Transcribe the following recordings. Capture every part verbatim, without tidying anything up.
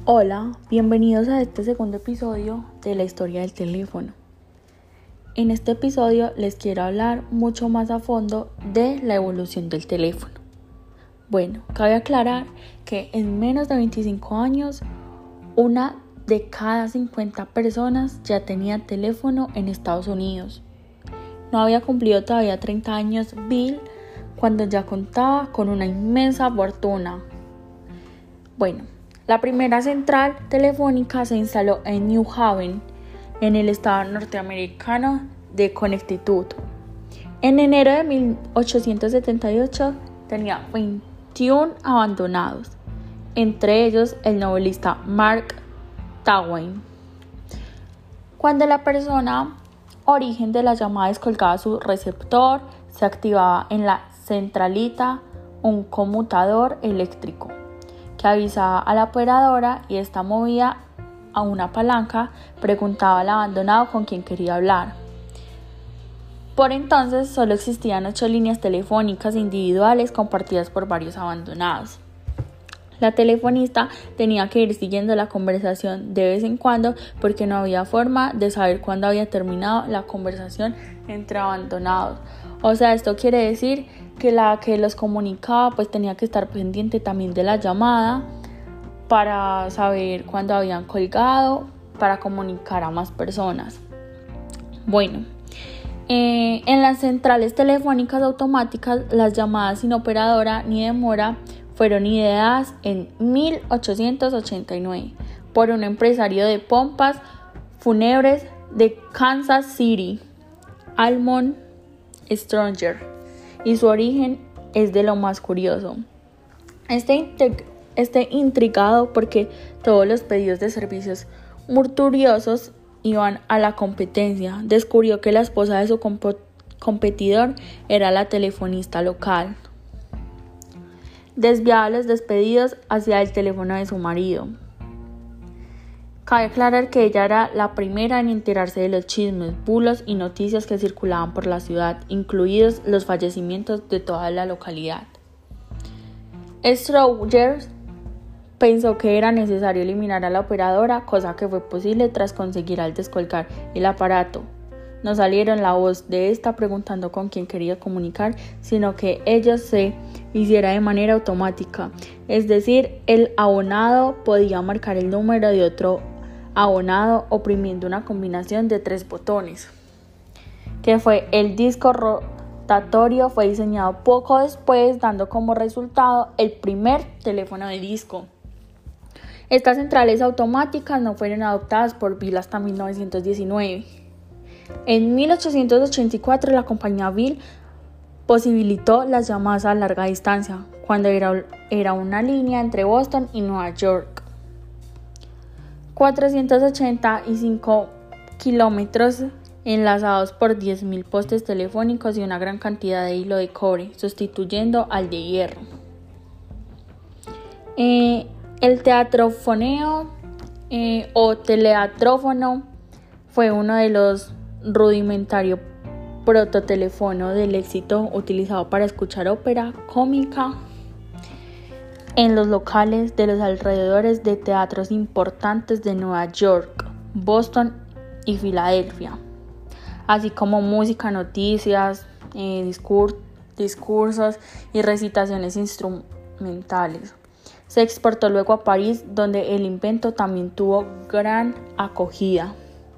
Hola, bienvenidos a este segundo episodio de la historia del teléfono. En este episodio les quiero hablar mucho más a fondo de la evolución del teléfono. Bueno, cabe aclarar que en menos de veinticinco años, una de cada cincuenta personas ya tenía teléfono en Estados Unidos. No había cumplido todavía treinta años Bill cuando ya contaba con una inmensa fortuna. Bueno, la primera central telefónica se instaló en New Haven, en el estado norteamericano de Connecticut. En enero de mil ochocientos setenta y ocho tenía veintiuno abandonados, entre ellos el novelista Mark Twain. Cuando la persona origen de la llamada descolgaba su receptor, se activaba en la centralita un conmutador eléctrico que avisaba a la operadora y esta movía a una palanca, preguntaba al abandonado con quién quería hablar. Por entonces solo existían ocho líneas telefónicas individuales compartidas por varios abandonados. La telefonista tenía que ir siguiendo la conversación de vez en cuando porque no había forma de saber cuándo había terminado la conversación entre abandonados. O sea, esto quiere decir que la que los comunicaba pues tenía que estar pendiente también de la llamada para saber cuándo habían colgado, para comunicar a más personas. Bueno, eh, en las centrales telefónicas automáticas las llamadas sin operadora ni demora fueron ideadas en mil ochocientos ochenta y nueve por un empresario de pompas fúnebres de Kansas City, Almond Stronger, y su origen es de lo más curioso. Este, integ- este intrigado porque todos los pedidos de servicios morturiosos iban a la competencia, descubrió que la esposa de su comp- competidor era la telefonista local. Desviaba los despedidos hacia el teléfono de su marido. Cabe aclarar que ella era la primera en enterarse de los chismes, bulos y noticias que circulaban por la ciudad, incluidos los fallecimientos de toda la localidad. Stroger pensó que era necesario eliminar a la operadora, cosa que fue posible tras conseguir al descolgar el aparato. No salieron la voz de esta preguntando con quién quería comunicar, sino que ella se hiciera de manera automática. Es decir, el abonado podía marcar el número de otro abonado oprimiendo una combinación de tres botones, que fue el disco rotatorio. Fue diseñado poco después, dando como resultado el primer teléfono de disco. Estas centrales automáticas no fueron adoptadas por Bill hasta mil novecientos diecinueve. En mil ochocientos ochenta y cuatro la compañía Bill posibilitó las llamadas a larga distancia, cuando era, era una línea entre Boston y Nueva York. cuatrocientos ochenta y cinco kilómetros enlazados por diez mil postes telefónicos y una gran cantidad de hilo de cobre, sustituyendo al de hierro. Eh, el teatrofoneo eh, o teleatrófono fue uno de los rudimentario prototeléfono del éxito utilizado para escuchar ópera cómica en los locales de los alrededores de teatros importantes de Nueva York, Boston y Filadelfia, así como música, noticias, eh, discur- discursos y recitaciones instrumentales. Se exportó luego a París, donde el invento también tuvo gran acogida.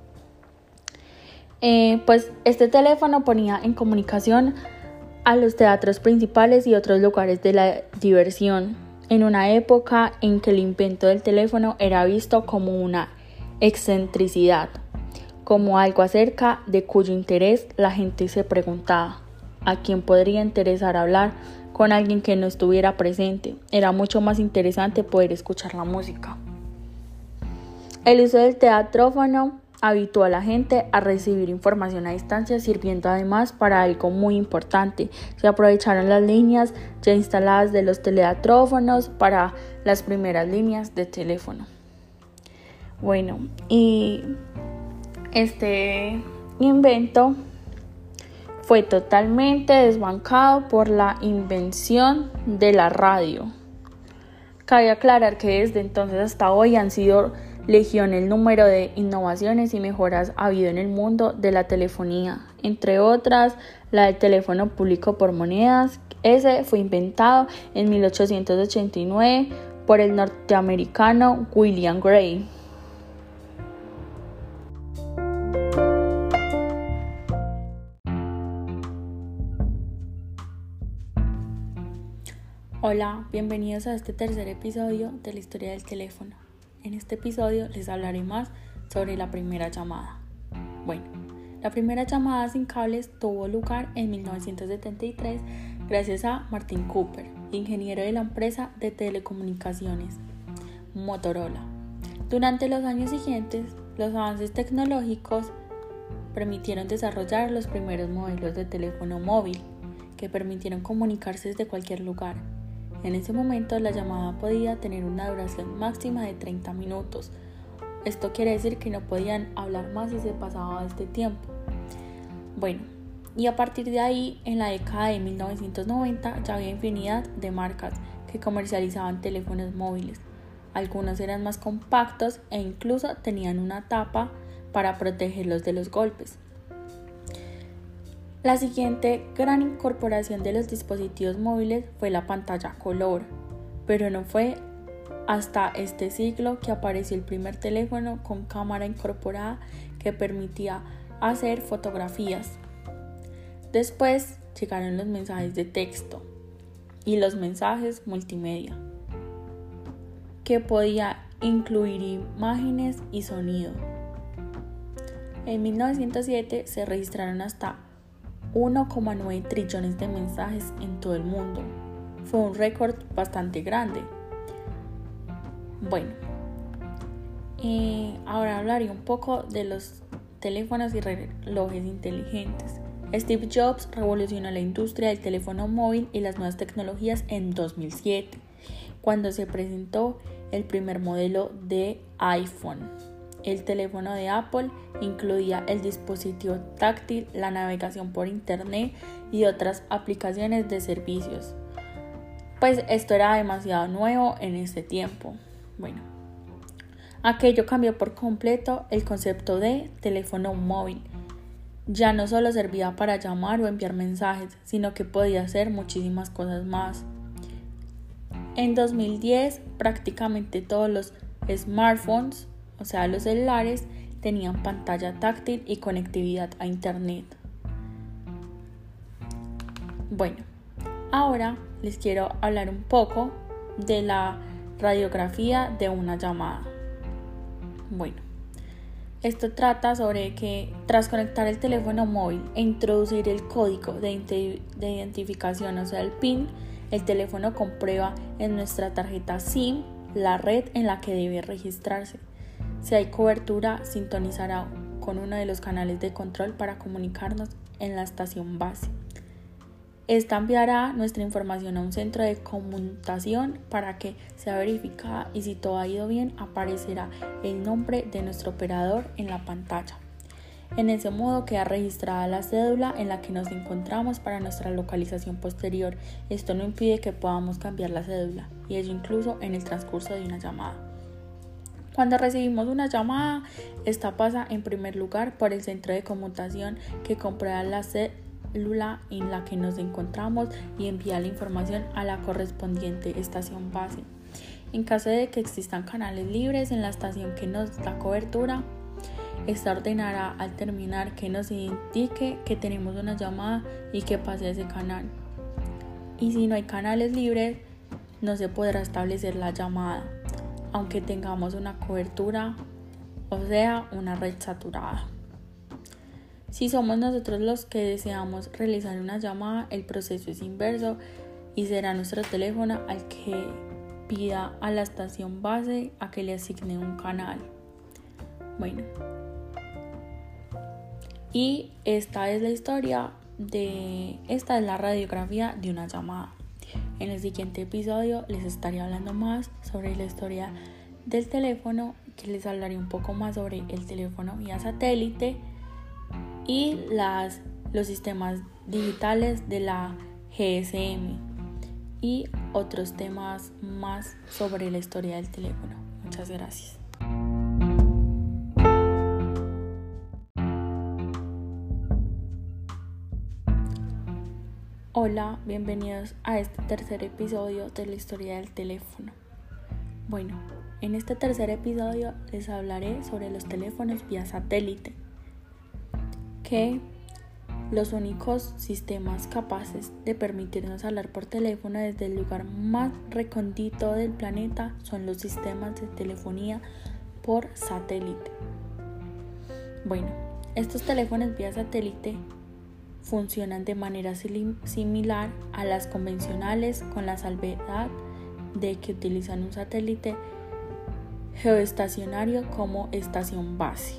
Eh, pues este teléfono ponía en comunicación a los teatros principales y otros lugares de la diversión, en una época en que el invento del teléfono era visto como una excentricidad, como algo acerca de cuyo interés la gente se preguntaba. ¿A quién podría interesar hablar con alguien que no estuviera presente? Era mucho más interesante poder escuchar la música. El uso del teatrófono habituó a la gente a recibir información a distancia, sirviendo además para algo muy importante. Se aprovecharon las líneas ya instaladas de los teleatrófonos para las primeras líneas de teléfono. Bueno, y este invento fue totalmente desbancado por la invención de la radio. Cabe aclarar que desde entonces hasta hoy han sido legión el número de innovaciones y mejoras habido en el mundo de la telefonía, entre otras la del teléfono público por monedas. Ese fue inventado en mil ochocientos ochenta y nueve por el norteamericano William Gray. Hola, bienvenidos a este tercer episodio de la historia del teléfono. En este episodio les hablaré más sobre la primera llamada. Bueno, la primera llamada sin cables tuvo lugar en mil novecientos setenta y tres gracias a Martin Cooper, ingeniero de la empresa de telecomunicaciones Motorola. Durante los años siguientes, los avances tecnológicos permitieron desarrollar los primeros modelos de teléfono móvil que permitieron comunicarse desde cualquier lugar. En ese momento la llamada podía tener una duración máxima de treinta minutos. Esto quiere decir que no podían hablar más si se pasaba de este tiempo. Bueno, y a partir de ahí, en la década de mil novecientos noventa, ya había infinidad de marcas que comercializaban teléfonos móviles. Algunos eran más compactos e incluso tenían una tapa para protegerlos de los golpes. La siguiente gran incorporación de los dispositivos móviles fue la pantalla color, pero no fue hasta este siglo que apareció el primer teléfono con cámara incorporada que permitía hacer fotografías. Después llegaron los mensajes de texto y los mensajes multimedia, que podía incluir imágenes y sonido. En mil novecientos siete se registraron hasta uno coma nueve trillones de mensajes en todo el mundo. Fue un récord bastante grande. Bueno, eh, ahora hablaré un poco de los teléfonos y relojes inteligentes. Steve Jobs revolucionó la industria del teléfono móvil y las nuevas tecnologías en dos mil siete, cuando se presentó el primer modelo de iPhone. El teléfono de Apple incluía el dispositivo táctil, la navegación por internet y otras aplicaciones de servicios. Pues esto era demasiado nuevo en este tiempo. Bueno, aquello cambió por completo el concepto de teléfono móvil. Ya no solo servía para llamar o enviar mensajes, sino que podía hacer muchísimas cosas más. En dos mil diez, prácticamente todos los smartphones, o sea, los celulares, tenían pantalla táctil y conectividad a internet. Bueno, ahora les quiero hablar un poco de la radiografía de una llamada. Bueno, esto trata sobre que tras conectar el teléfono móvil e introducir el código de, de identificación, o sea, el PIN, el teléfono comprueba en nuestra tarjeta SIM la red en la que debe registrarse. Si hay cobertura, sintonizará con uno de los canales de control para comunicarnos en la estación base. Esta enviará nuestra información a un centro de conmutación para que sea verificada y si todo ha ido bien, aparecerá el nombre de nuestro operador en la pantalla. En ese modo queda registrada la cédula en la que nos encontramos para nuestra localización posterior. Esto no impide que podamos cambiar la cédula, y ello incluso en el transcurso de una llamada. Cuando recibimos una llamada, esta pasa en primer lugar por el centro de conmutación que comprueba la célula en la que nos encontramos y envía la información a la correspondiente estación base. En caso de que existan canales libres en la estación que nos da cobertura, esta ordenará al terminar que nos indique que tenemos una llamada y que pase a ese canal. Y si no hay canales libres, no se podrá establecer la llamada, aunque tengamos una cobertura, o sea, una red saturada. Si somos nosotros los que deseamos realizar una llamada, el proceso es inverso y será nuestro teléfono al que pida a la estación base a que le asigne un canal. Bueno, y esta es la historia de, esta es la radiografía de una llamada. En el siguiente episodio les estaré hablando más sobre la historia del teléfono, que les hablaré un poco más sobre el teléfono vía satélite y las, los sistemas digitales de la G S M. Y otros temas más sobre la historia del teléfono. Muchas gracias. Hola, bienvenidos a este tercer episodio de la historia del teléfono. Bueno, en este tercer episodio les hablaré sobre los teléfonos vía satélite, que los únicos sistemas capaces de permitirnos hablar por teléfono desde el lugar más recóndito del planeta son los sistemas de telefonía por satélite. Bueno, estos teléfonos vía satélite funcionan de manera similar a las convencionales, con la salvedad de que utilizan un satélite geoestacionario como estación base.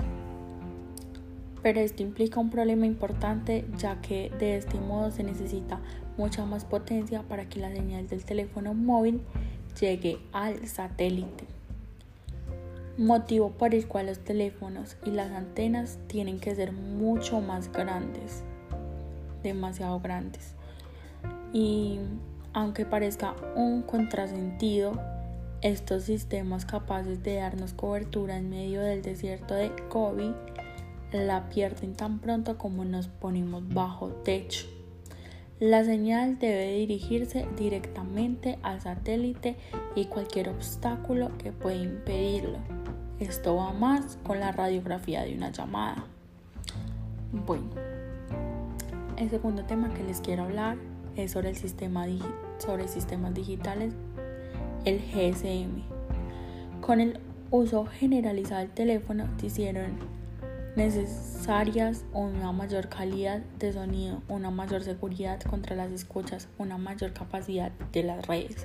Pero esto implica un problema importante, ya que de este modo se necesita mucha más potencia para que la señal del teléfono móvil llegue al satélite, motivo por el cual los teléfonos y las antenas tienen que ser mucho más grandes, demasiado grandes. Y aunque parezca un contrasentido, estos sistemas capaces de darnos cobertura en medio del desierto de Gobi la pierden tan pronto como nos ponemos bajo techo. La señal debe dirigirse directamente al satélite y cualquier obstáculo que pueda impedirlo. Esto va más con la radiografía de una llamada. Bueno, el segundo tema que les quiero hablar es sobre el sistema digi- sobre sistemas digitales, el G S M. Con el uso generalizado del teléfono se hicieron necesarias una mayor calidad de sonido, una mayor seguridad contra las escuchas, una mayor capacidad de las redes.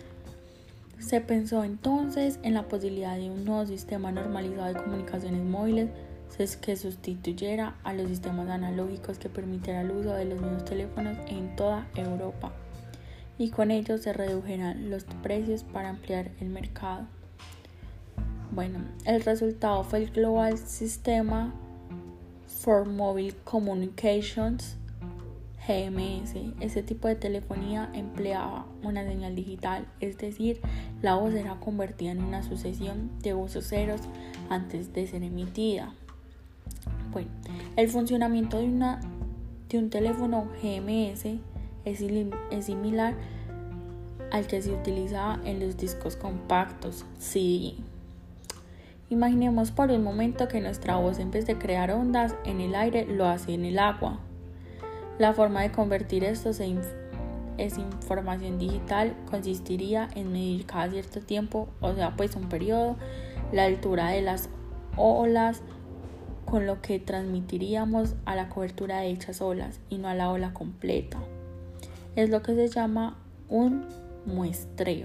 Se pensó entonces en la posibilidad de un nuevo sistema normalizado de comunicaciones móviles que sustituyera a los sistemas analógicos, que permitiera el uso de los mismos teléfonos en toda Europa, y con ello se redujeran los precios para ampliar el mercado. Bueno, el resultado fue el Global System for Mobile Communications, G M S. Este tipo de telefonía empleaba una señal digital, es decir, la voz era convertida en una sucesión de voces ceros antes de ser emitida. Bueno, el funcionamiento de, una, de un teléfono G M S es, es similar al que se utilizaba en los discos compactos C D. Imaginemos por un momento que nuestra voz, en vez de crear ondas en el aire, lo hace en el agua. La forma de convertir esto en información digital consistiría en medir cada cierto tiempo, o sea, pues un periodo, la altura de las olas, con lo que transmitiríamos a la cobertura de dichas olas y no a la ola completa. Es lo que se llama un muestreo.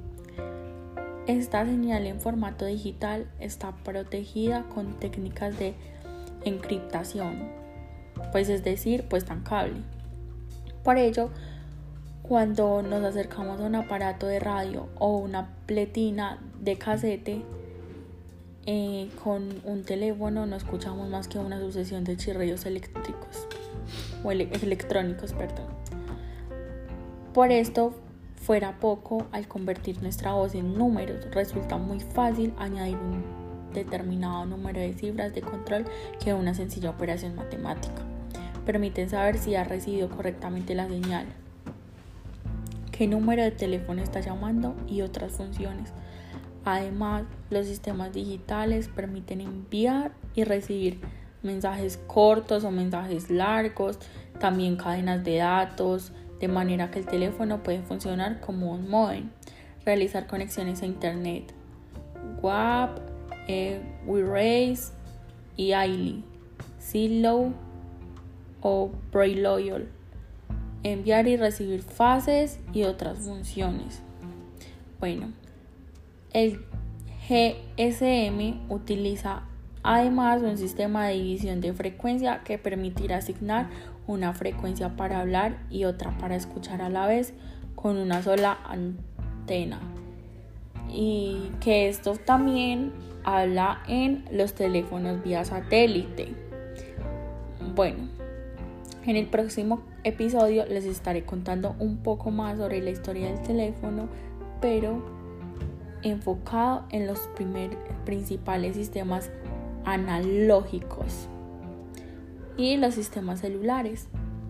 Esta señal en formato digital está protegida con técnicas de encriptación, pues es decir, puesta en cable. Por ello, cuando nos acercamos a un aparato de radio o una pletina de casete eh, con un teléfono, no escuchamos más que una sucesión de chirridos eléctricos o ele- electrónicos, perdón. Por esto, fuera poco, al convertir nuestra voz en números, resulta muy fácil añadir un determinado número de cifras de control que una sencilla operación matemática. Permiten saber si ha recibido correctamente la señal, qué número de teléfono está llamando y otras funciones. Además, los sistemas digitales permiten enviar y recibir mensajes cortos o mensajes largos, también cadenas de datos, de manera que el teléfono puede funcionar como un módem, realizar conexiones a internet, W A P, eh, WeRace y I L I, Zillow o Brayloyal, enviar y recibir fases y otras funciones. Bueno, el G S M utiliza además un sistema de división de frecuencia que permitirá asignar una frecuencia para hablar y otra para escuchar a la vez con una sola antena, y que esto también habla en los teléfonos vía satélite. Bueno, En el próximo episodio les estaré contando un poco más sobre la historia del teléfono, pero enfocado en los primer, principales sistemas analógicos y los sistemas celulares.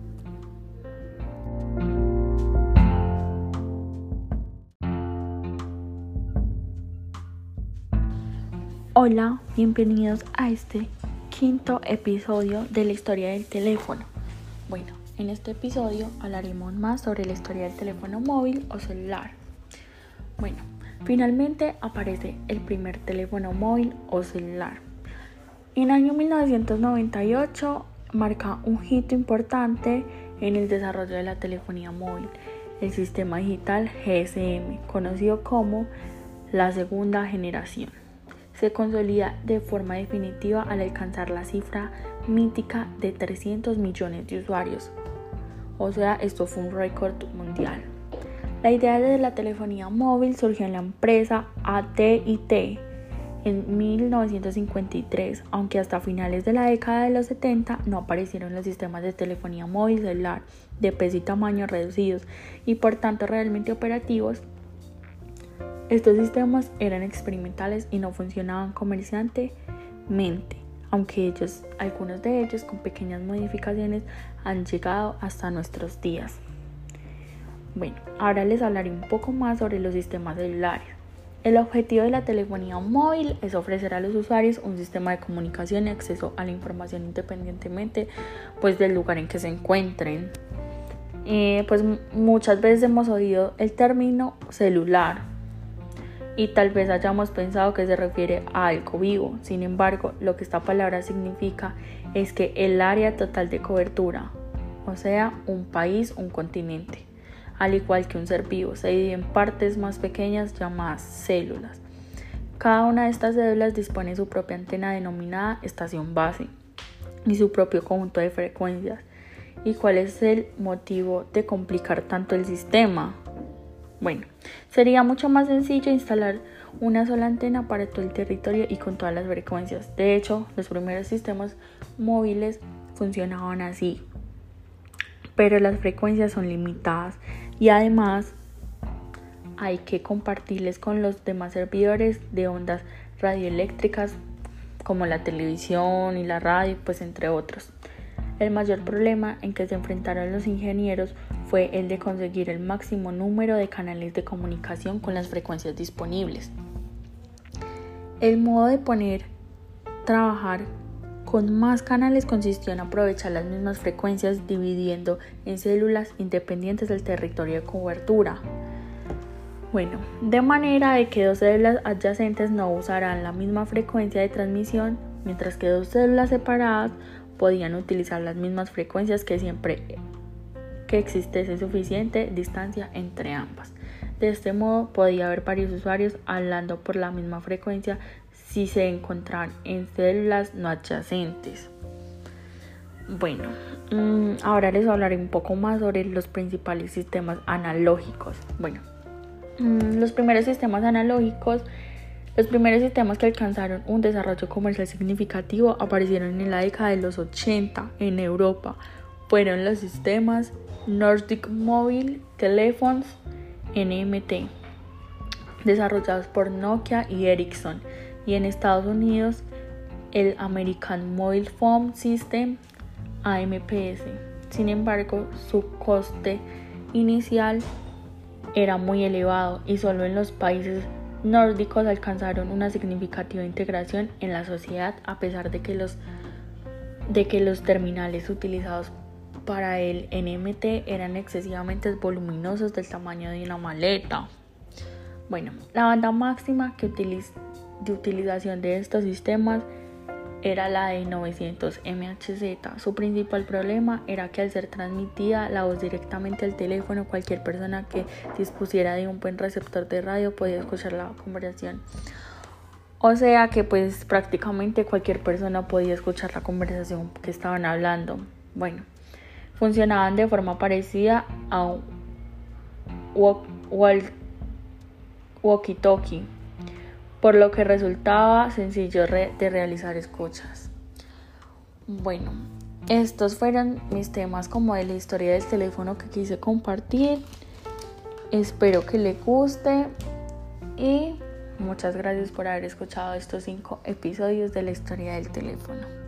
Hola, bienvenidos a este quinto episodio de la historia del teléfono. Bueno, en este episodio hablaremos más sobre la historia del teléfono móvil o celular. Bueno, finalmente aparece el primer teléfono móvil o celular. En el año mil novecientos noventa y ocho marca un hito importante en el desarrollo de la telefonía móvil, el sistema digital G S M, conocido como la segunda generación. Se consolida de forma definitiva al alcanzar la cifra mítica de trescientos millones de usuarios. O sea, esto fue un récord mundial. La idea de la telefonía móvil surgió en la empresa A T y T en mil novecientos cincuenta y tres, aunque hasta finales de la década de los setenta no aparecieron los sistemas de telefonía móvil celular de peso y tamaño reducidos y por tanto realmente operativos. Estos sistemas eran experimentales y no funcionaban comercialmente, aunque ellos, algunos de ellos con pequeñas modificaciones han llegado hasta nuestros días. Bueno, ahora les hablaré un poco más sobre los sistemas celulares. El objetivo de la telefonía móvil es ofrecer a los usuarios un sistema de comunicación y acceso a la información independientemente pues, del lugar en que se encuentren. Eh, pues muchas veces hemos oído el término celular y tal vez hayamos pensado que se refiere a algo vivo. Sin embargo, lo que esta palabra significa es que el área total de cobertura, o sea, un país, un continente, al igual que un ser vivo, se divide en partes más pequeñas llamadas células. Cada una de estas células dispone de su propia antena denominada estación base y su propio conjunto de frecuencias. ¿Y cuál es el motivo de complicar tanto el sistema? Bueno, sería mucho más sencillo instalar una sola antena para todo el territorio y con todas las frecuencias. De hecho, los primeros sistemas móviles funcionaban así, pero las frecuencias son limitadas y además hay que compartirles con los demás servidores de ondas radioeléctricas como la televisión y la radio, pues entre otros. El mayor problema en que se enfrentaron los ingenieros fue el de conseguir el máximo número de canales de comunicación con las frecuencias disponibles. El modo de poner trabajar con más canales consistió en aprovechar las mismas frecuencias dividiendo en células independientes del territorio de cobertura. Bueno, de manera de que dos células adyacentes no usarán la misma frecuencia de transmisión, mientras que dos células separadas podían utilizar las mismas frecuencias que siempre que existiese suficiente distancia entre ambas. De este modo podía haber varios usuarios hablando por la misma frecuencia si se encontraban en células no adyacentes. Bueno, ahora les hablaré un poco más sobre los principales sistemas analógicos. Bueno, los primeros sistemas analógicos Los primeros sistemas que alcanzaron un desarrollo comercial significativo aparecieron en la década de los ochenta en Europa. Fueron los sistemas Nordic Mobile Telephones N M T, desarrollados por Nokia y Ericsson, y en Estados Unidos el American Mobile Phone System A M P S. Sin embargo, su coste inicial era muy elevado y solo en los países nórdicos alcanzaron una significativa integración en la sociedad, a pesar de que los, de que los terminales utilizados para el N M T eran excesivamente voluminosos, del tamaño de una maleta. Bueno, la banda máxima que utiliz, de utilización de estos sistemas era la de novecientos megahercios. Su principal problema era que al ser transmitida la voz directamente al teléfono, cualquier persona que dispusiera de un buen receptor de radio podía escuchar la conversación. O sea que pues prácticamente cualquier persona podía escuchar la conversación que estaban hablando. Bueno, funcionaban de forma parecida a un walkie-talkie, por lo que resultaba sencillo re- de realizar escuchas. Bueno, Estos fueron mis temas como de la historia del teléfono que quise compartir. Espero que les guste y muchas gracias por haber escuchado estos cinco episodios de la historia del teléfono.